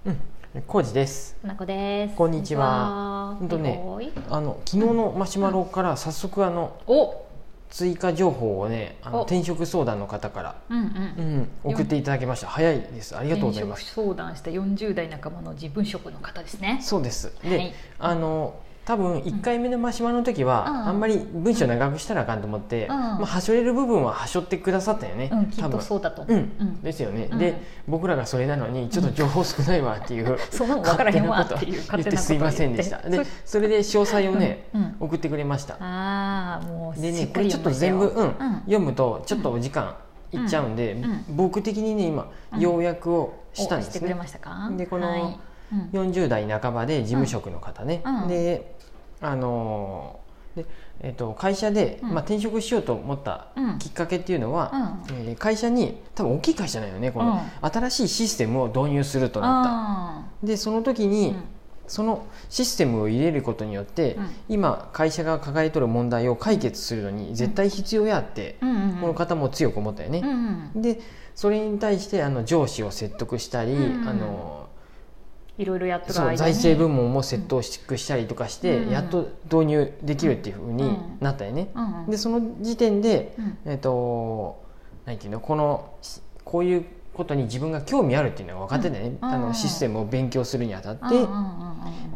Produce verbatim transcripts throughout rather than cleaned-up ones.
うん、コウジです。 なこです。 こんにちは。本当ね、あの昨日のマシュマロから早速あの、うん、お追加情報をね、あの転職相談の方から、うんうんうん、送っていただきました。早いです。ありがとうございます。 転職相談したよんじゅう代半ばの自分職の方ですね。 そうです。で、はい、あの多分いっかいめのマシュマロの時は、うん、あんまり文章長くしたらあかんと思って、うんまあ、はしょれる部分ははしょってくださったよね、 うん、きっとそうだと思う、うんうん、ですよね、うん、で僕らがそれなのにちょっと情報少ないわっていう、うん、 その分からへんわっていう言ってすいませんでした。でそれで詳細をね、うん、送ってくれました。 ああもうでねこれちょっと全部、うんうん、読むとちょっとお時間いっちゃうんで、うんうん、僕的にね今、うん、要約をしたんですね。 してくれましたか。 でこの、はいよんじゅう代半ばで事務職の方ね、うん、であのでえー、と会社で、うんまあ、転職しようと思ったきっかけっていうのは、うんえー、会社に多分大きい会社なんよねこの、うん、新しいシステムを導入するとなった。でその時に、うん、そのシステムを入れることによって、うん、今会社が抱えとる問題を解決するのに絶対必要やって、うん、この方も強く思ったよね、うんうん、でそれに対してあの上司を説得したり、うん、あのいろいろやってる間に財政部門も説得したりとかして、うん、やっと導入できるっていうふうになったよね、うんうん、でその時点で、うんえー、と何ていうのこのこういうことに自分が興味あるっていうのが分かっててね、うん、あのシステムを勉強するにあたって、うん、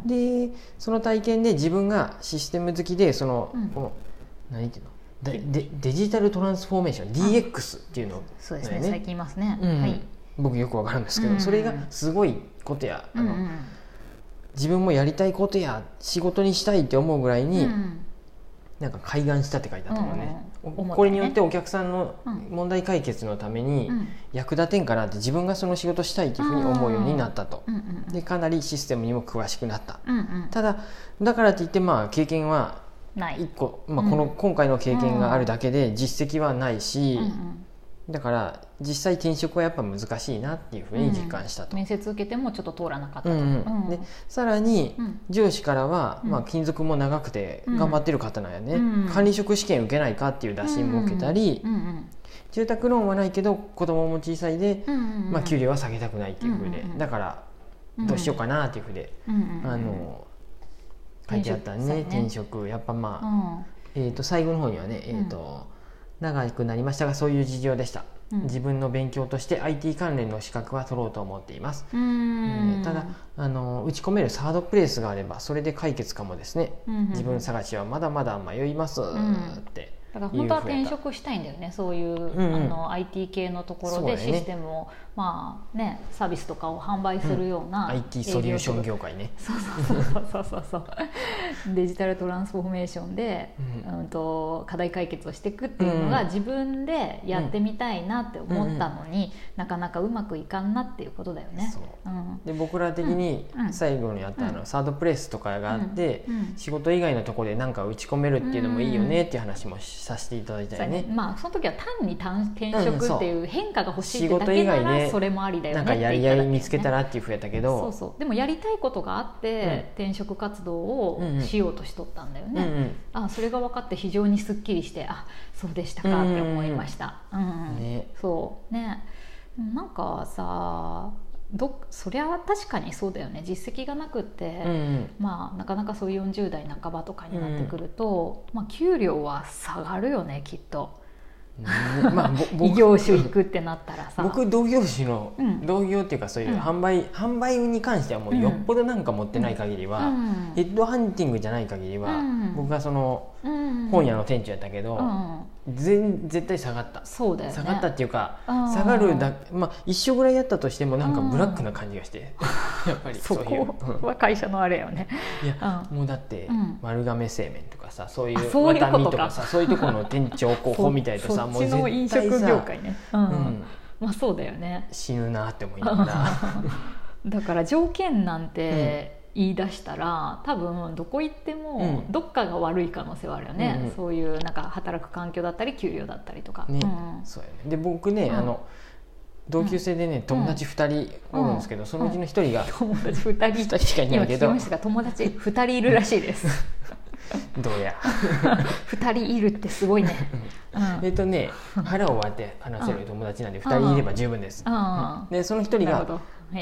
でその体験で自分がシステム好きでその、うん、この何ていうのデ, デ, デジタルトランスフォーメーション ディーエックス っていうのを、ね、 そうですね最近言いますね、 うんはい、 僕よく分かるんですけど、うん、それがすごいことやあの、うん、自分もやりたいことや仕事にしたいって思うぐらいに、うん、なんか開眼したって書いてあったのね、うん、これによってお客さんの問題解決のために役立てんかなって自分がその仕事したいというふうに思うようになったと、うん、でかなりシステムにも詳しくなった、うんうん、ただだからといってまあ経験はいっこ、まあ、この今回の経験があるだけで実績はないし、うんうんだから実際転職はやっぱ難しいなっていうふうに実感したと、 うん、面接受けてもちょっと通らなかったと、 うんうん、でさらに上司からは、うんまあ、勤続も長くて頑張ってる方なんやね、うん、管理職試験受けないかっていう打診も受けたり、うんうん、住宅ローンはないけど子供も小さいで、うんうんまあ、給料は下げたくないっていうふうで、うんうん、だからどうしようかなっていうふうで、うんうん、あの書いてあったね、ね転職やっぱまあ、うんえー、と最後の方にはね、えーとうん長くなりましたがそういう事情でした、うん、自分の勉強として アイティー 関連の資格は取ろうと思っています。うーん、えー、ただあの打ち込めるサードプレイスがあればそれで解決かもですね、うんうん、自分探しはまだまだ迷いますって、うんだから本当は転職したいんだよねそういう、うんうん、あの アイティー 系のところでシステムを、ねまあね、サービスとかを販売するような、うん、 アイティー ソリューション業界ねそうそうそうそうそうデジタルトランスフォーメーションで、うんうん、と課題解決をしていくっていうのが自分でやってみたいなって思ったのに、うん、なかなかうまくいかんなっていうことだよね。 そう、うん、で僕ら的に最後にやったあの、うん、サードプレイスとかがあって、うんうん、仕事以外のところで何か打ち込めるっていうのもいいよねっていう話もしさせていただいたよね、 うん、まあその時は単に転職っていう変化が欲しいってだけならそれもありだよねなんかやりやり見つけたらっていうふうやったけどそうそうでもやりたいことがあって転職活動をしようとしとったんだよね、うんうん、あそれが分かって非常にすっきりしてあそうでしたかって思いました、うんうんうんね、そうねなんかさどそりゃ確かにそうだよね実績がなくって、うんうんまあ、なかなかそういうよんじゅう代半ばとかになってくると、うんまあ、給料は下がるよねきっと、うんまあ、異業種行くってなったらさ僕同業種の、うん、同業っていうかそういう販売、うん、販売に関してはもうよっぽどなんか持ってない限りは、うん、ヘッドハンティングじゃない限りは、うん、僕がその、うん、本屋の店長やったけど、うん全絶対下がったそうだよ、ね、 下がったっていうか下がるだ、まあ、一緒ぐらいやったとしてもなんかブラックな感じがしてやっぱりそういうそこは会社のあれよねいや、うん、もうだって丸亀製麺とかさそういうワタミとかさそういうところの店長候補みたいとさもう絶対さそっちの飲食業界ね、うんうん、まあそうだよね死ぬなって思いながらだから条件なんて、うん言い出したら多分どこ行ってもどっかが悪い可能性はあるよね、うんうん、そういうなんか働く環境だったり給料だったりとか、ねうん、そうやねで僕ね、うん、あの同級生でね友達ふたりおるんですけど、うん、そのうちのひとりが、うん、 友達ふたりふたりしかいないけど今聞きましたが友達ふたりいるらしいですどうやふたりいるってすごいね、 うん、えっとね腹を割って話せる友達なんでふたりいれば十分です、うん、でそのひとりが、はい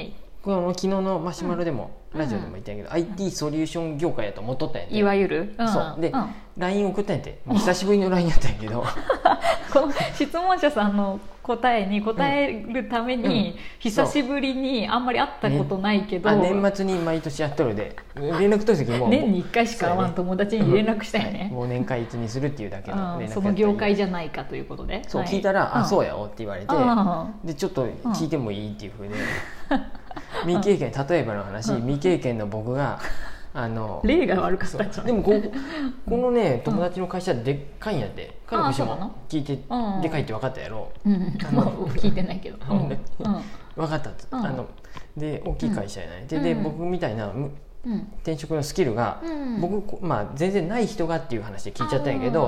この昨日のマシュマロでも、うん、ラジオでも言ったんやけど、うん、アイティー ソリューション業界やと思っとったんやて、 いわゆる、 うん、そうで、うん、ライン 送ったんやて、久しぶりの ライン やったんやけどこの質問者さんの答えに答えるために、うんうん、久しぶりにあんまり会ったことないけど、 ね、年末に毎年やっとるで連絡取る時も年にいっかいしか会わん友達に連絡したよね、 忘年会いつにするっていうだけの連絡、 その業界じゃないかということで、 そう、はい、聞いたら、うん、あ、そうやおって言われて、でちょっと聞いてもいいっていうふうで、うん、未経験、例えばの話、うん、未経験の僕があの例が悪かったんじゃない。 でも こ, このね友達の会社でっかいんやで、彼女も聞いてでかいって分かったやろ、 うんうん、聞いてないけど、うんうん、 分かったって、うん、あので大きい会社やない、うん、で, で僕みたいな、うん、転職のスキルが、うん、僕、まあ、全然ない人がっていう話で聞いちゃったんやけど、うん、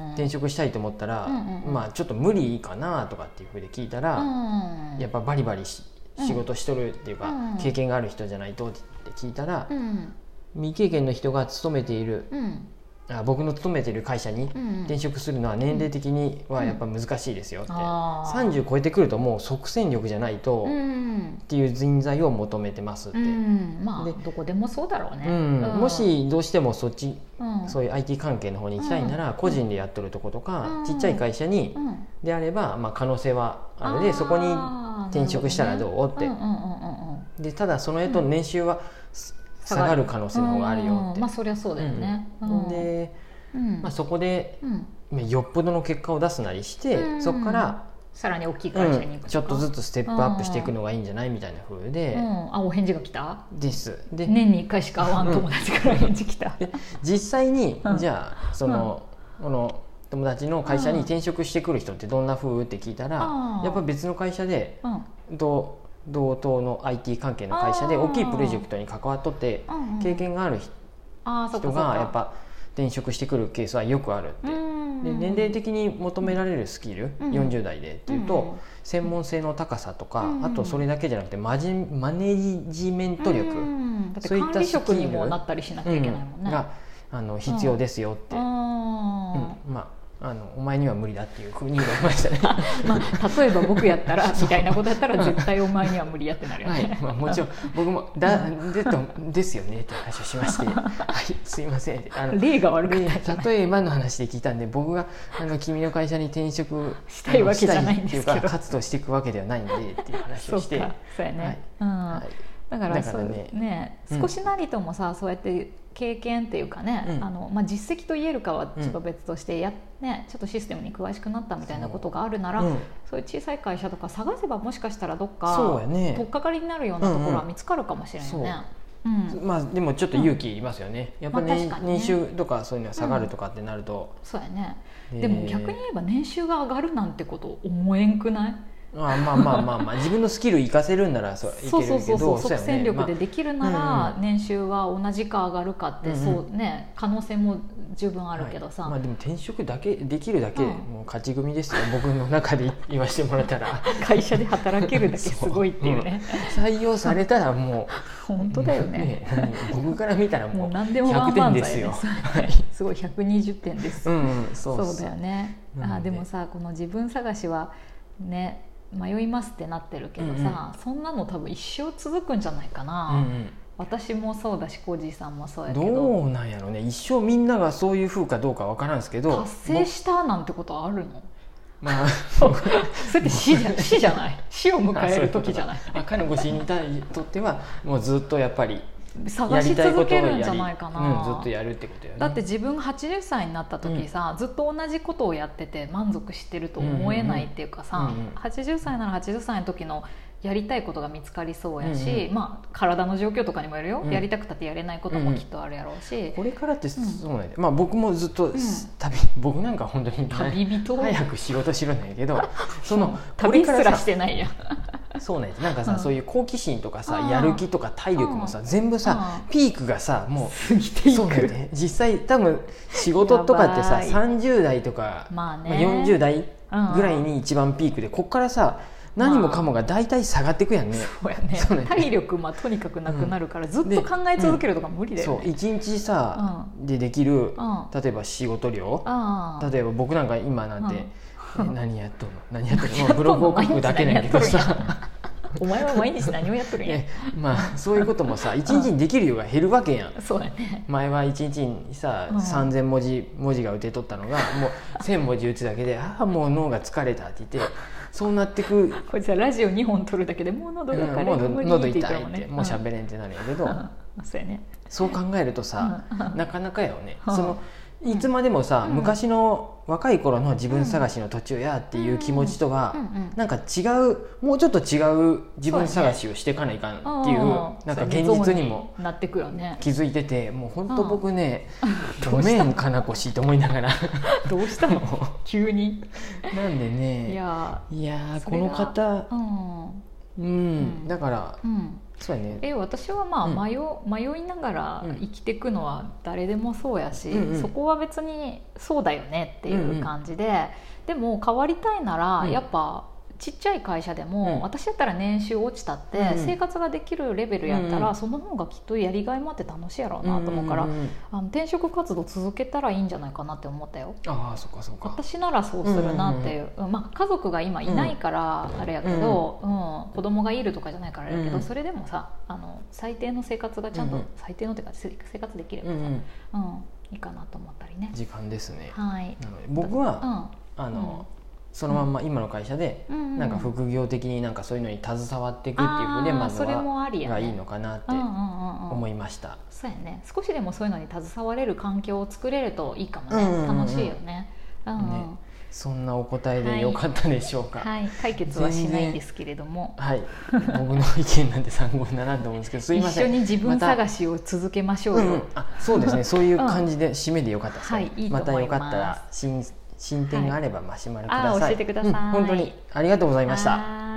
転職したいと思ったら、うんうん、まあ、ちょっと無理かなとかっていうふうで聞いたら、うん、やっぱバリバリし仕事しとるっていうか、うん、経験がある人じゃないとって聞いたら、うん、未経験の人が勤めている、うん、あ僕の勤めている会社に転職するのは年齢的にはやっぱ難しいですよって、うん、さんじゅう超えてくるともう即戦力じゃないと、うん、っていう人材を求めてますって、うん、 まあでどこでもそうだろうね、うんうん、もしどうしてもそっち、うん、そういう アイティー 関係の方に行きたいなら、うん、個人でやっとるとことか、うん、ちっちゃい会社に、うん、であれば、まあ、可能性はあるのでそこに転職したらどうって、でただその絵と年収は、うん下がる可能性の方があるよって、 まあそりゃそうだよね、 うん、で、うんまあ、そこで、うん、よっぽどの結果を出すなりして、うん、そこからさらに大きい会社に行くとか、 うん、ちょっとずつステップアップしていくのがいいんじゃないみたいな風で、 うん、あお返事が来たですで年にいっかいしか会わん友達から返事来た、 で実際に、うん、じゃあその、うん、この友達の会社に転職してくる人ってどんな風って聞いたら、うん、やっぱ別の会社で、うん、どう同等の アイティー 関係の会社で大きいプロジェクトに関わっとって経験がある人がやっぱ転職してくるケースはよくあるって、で年齢的に求められるスキル、うん、よんじゅう代でっていうと、うん、専門性の高さとか、うん、あとそれだけじゃなくてマジマネージメント力、うん、 そういったスキルにもなったりしなきゃいけないもんね、 があの必要ですよって、うんうん、まああのお前には無理だっていうふうに言われましたねまあ、例えば僕やったらみたいなことやったら絶対お前には無理やってなるよね、 はいまあ、もちろん僕もだでとですよねって話をしましてはいすいませんあの例が悪くない例えばの話で聞いたんで僕があの君の会社に転職したいわけじゃないんですけど、 したいっていうか活動していくわけではないんでっていう話をしてそうかそうやね、はいうんはい、だからそうね、ね少しなりともさ、うん、そうやって経験っていうかね、うんあのまあ、実績と言えるかはちょっと別としてや、うんね、ちょっとシステムに詳しくなったみたいなことがあるなら、そう、うん、そういう小さい会社とか探せばもしかしたらどっか取っかかりになるようなところは見つかるかもしれないね、 うんうんまあ、でもちょっと勇気いりますよね、うん、やっぱ、ねまあね、年収とかそういうのが下がるとかってなると、 うん、そうやね、えー、でも逆に言えば年収が上がるなんてこと思えんくない？ ああまあまあまあまあ自分のスキル活かせるんならそういけるけど、 そうそうそうそう即戦力でできるなら年収は同じか上がるかって、うんうん、そうね可能性も十分あるけどさ、 はいまあ、でも転職だけできるだけ、うん、もう勝ち組ですよ僕の中で言わせてもらったら会社で働けるだけすごいっていうねう、うん、採用されたらもう本当だよね、 ね僕から見たらもうひゃくてんですよ、 すごいひゃくにじゅってんです、 うんうん、そうそうそうだよね。あでもさこの自分探しはね迷いますってなってるけどさ、うんうん、そんなの多分一生続くんじゃないかな、うんうん、私もそうだしコージーさんもそうやけどどうなんやろね一生みんながそういう風かどうかわからんですけど達成したなんてことあるの？ まあ、 それって死じゃ、死じゃない死を迎える時じゃない彼のご氏にとってはもうずっとやっぱり探し続けるんじゃないかな、 うん、ずっとやるってことよね。 だって自分がはちじゅっさいになった時さ、うん、ずっと同じことをやってて満足してると思えないっていうかさ、うんうんうん、はちじゅっさいならはちじゅっさいの時のやりたいことが見つかりそうやし、うんうんまあ、体の状況とかにもよるよ、うん、やりたくたってやれないこともきっとあるやろうし、うん、 これからってそうなんで、うんまあ、僕もずっと、うん、旅僕なんか本当に旅人早く仕事しろんやけどその旅すらしてないやそうなんですなんかさ、うん、そういう好奇心とかさやる気とか体力もさ全部さピークがさもう過ぎていくそうなんで実際多分仕事とかってささんじゅう代とか、まあねまあ、よんじゅう代ぐらいに一番ピークでこっからさ何もかもが大体下がっていくやんね、 まあ、そうやねそうね体力まあとにかくなくなるから、うん、ずっと考え続けるとか無理だよね、 うん、そういちにちさ、うん、でできる、うん、例えば仕事量、うん、例えば僕なんか今なんて、うん、何やっとんの何やっとんのブログを書くだけなんやけどさお前は毎日何をやっとるんやまあそういうこともさ一日にできる量が減るわけやん。 そうやね。 前は一日にさ、うん、さんぜん文字文字が打てとったのがもうせん文字打つだけでああもう脳が疲れたって言ってそうなってく。 こいつはラジオにほん撮るだけでもう喉が枯れる、うん、喉痛いってもう喋れんってなるんやけど、うん、 そうやね。 そう考えるとさ、うん、なかなかよね、うん、そのいつまでもさ、うん、昔の若い頃の自分探しの途中やっていう気持ちとは、うんうん、なんか違うもうちょっと違う自分探しをしていかないかんっていう、ね、なんか現実にもなってくよね。 気づいててもう本当僕ねごめんかなこしと思いながらどうしたの急に。 なんでねいやいやこの方、うんうん、だから、うんそうやね、 え私はまあ迷、うん、迷いながら生きていくのは誰でもそうやし、うんうん、そこは別にそうだよねっていう感じで、うんうん、でも変わりたいなら、うん、やっぱちっちゃい会社でも、うん、私だったら年収落ちたって、うん、生活ができるレベルやったら、うん、その方がきっとやりがいもあって楽しいやろうなと思うから、うんうんうん、あの転職活動続けたらいいんじゃないかなって思ったよ。 ああそっかそっか。 私ならそうするなっていう、うんうんうん、まあ、家族が今いないからあれやけど、うんうんうん、子供がいるとかじゃないからあれやけど、うん、それでもさあの最低の生活がちゃんと、うんうん、最低のっていうか生活できればさ、うんうんうん、いいかなと思ったりね。 時間ですね、 はい、 なので僕は、うん、あの、うんそのまんま今の会社でなんか副業的になんかそういうのに携わっていくっていうふうでまずはがいいのかなって思いました。 そうやね。少しでもそういうのに携われる環境を作れるといいかもね、うんうんうん、楽しいよね。うんうんね、 そんなお答えでよかったでしょうか。 はい、はい、解決はしないんですけれども、 はい、僕の意見なんて参考にならんと思うんですけどすいません。 一緒に自分探しを続けましょうよ、 うんうん、あそうですねそういう感じで締めでよかったですね、うんはい、いいと思います。またよかったら新進展があればマシュマロください。 はい、あ教えてください、うん、 本当にありがとうございました。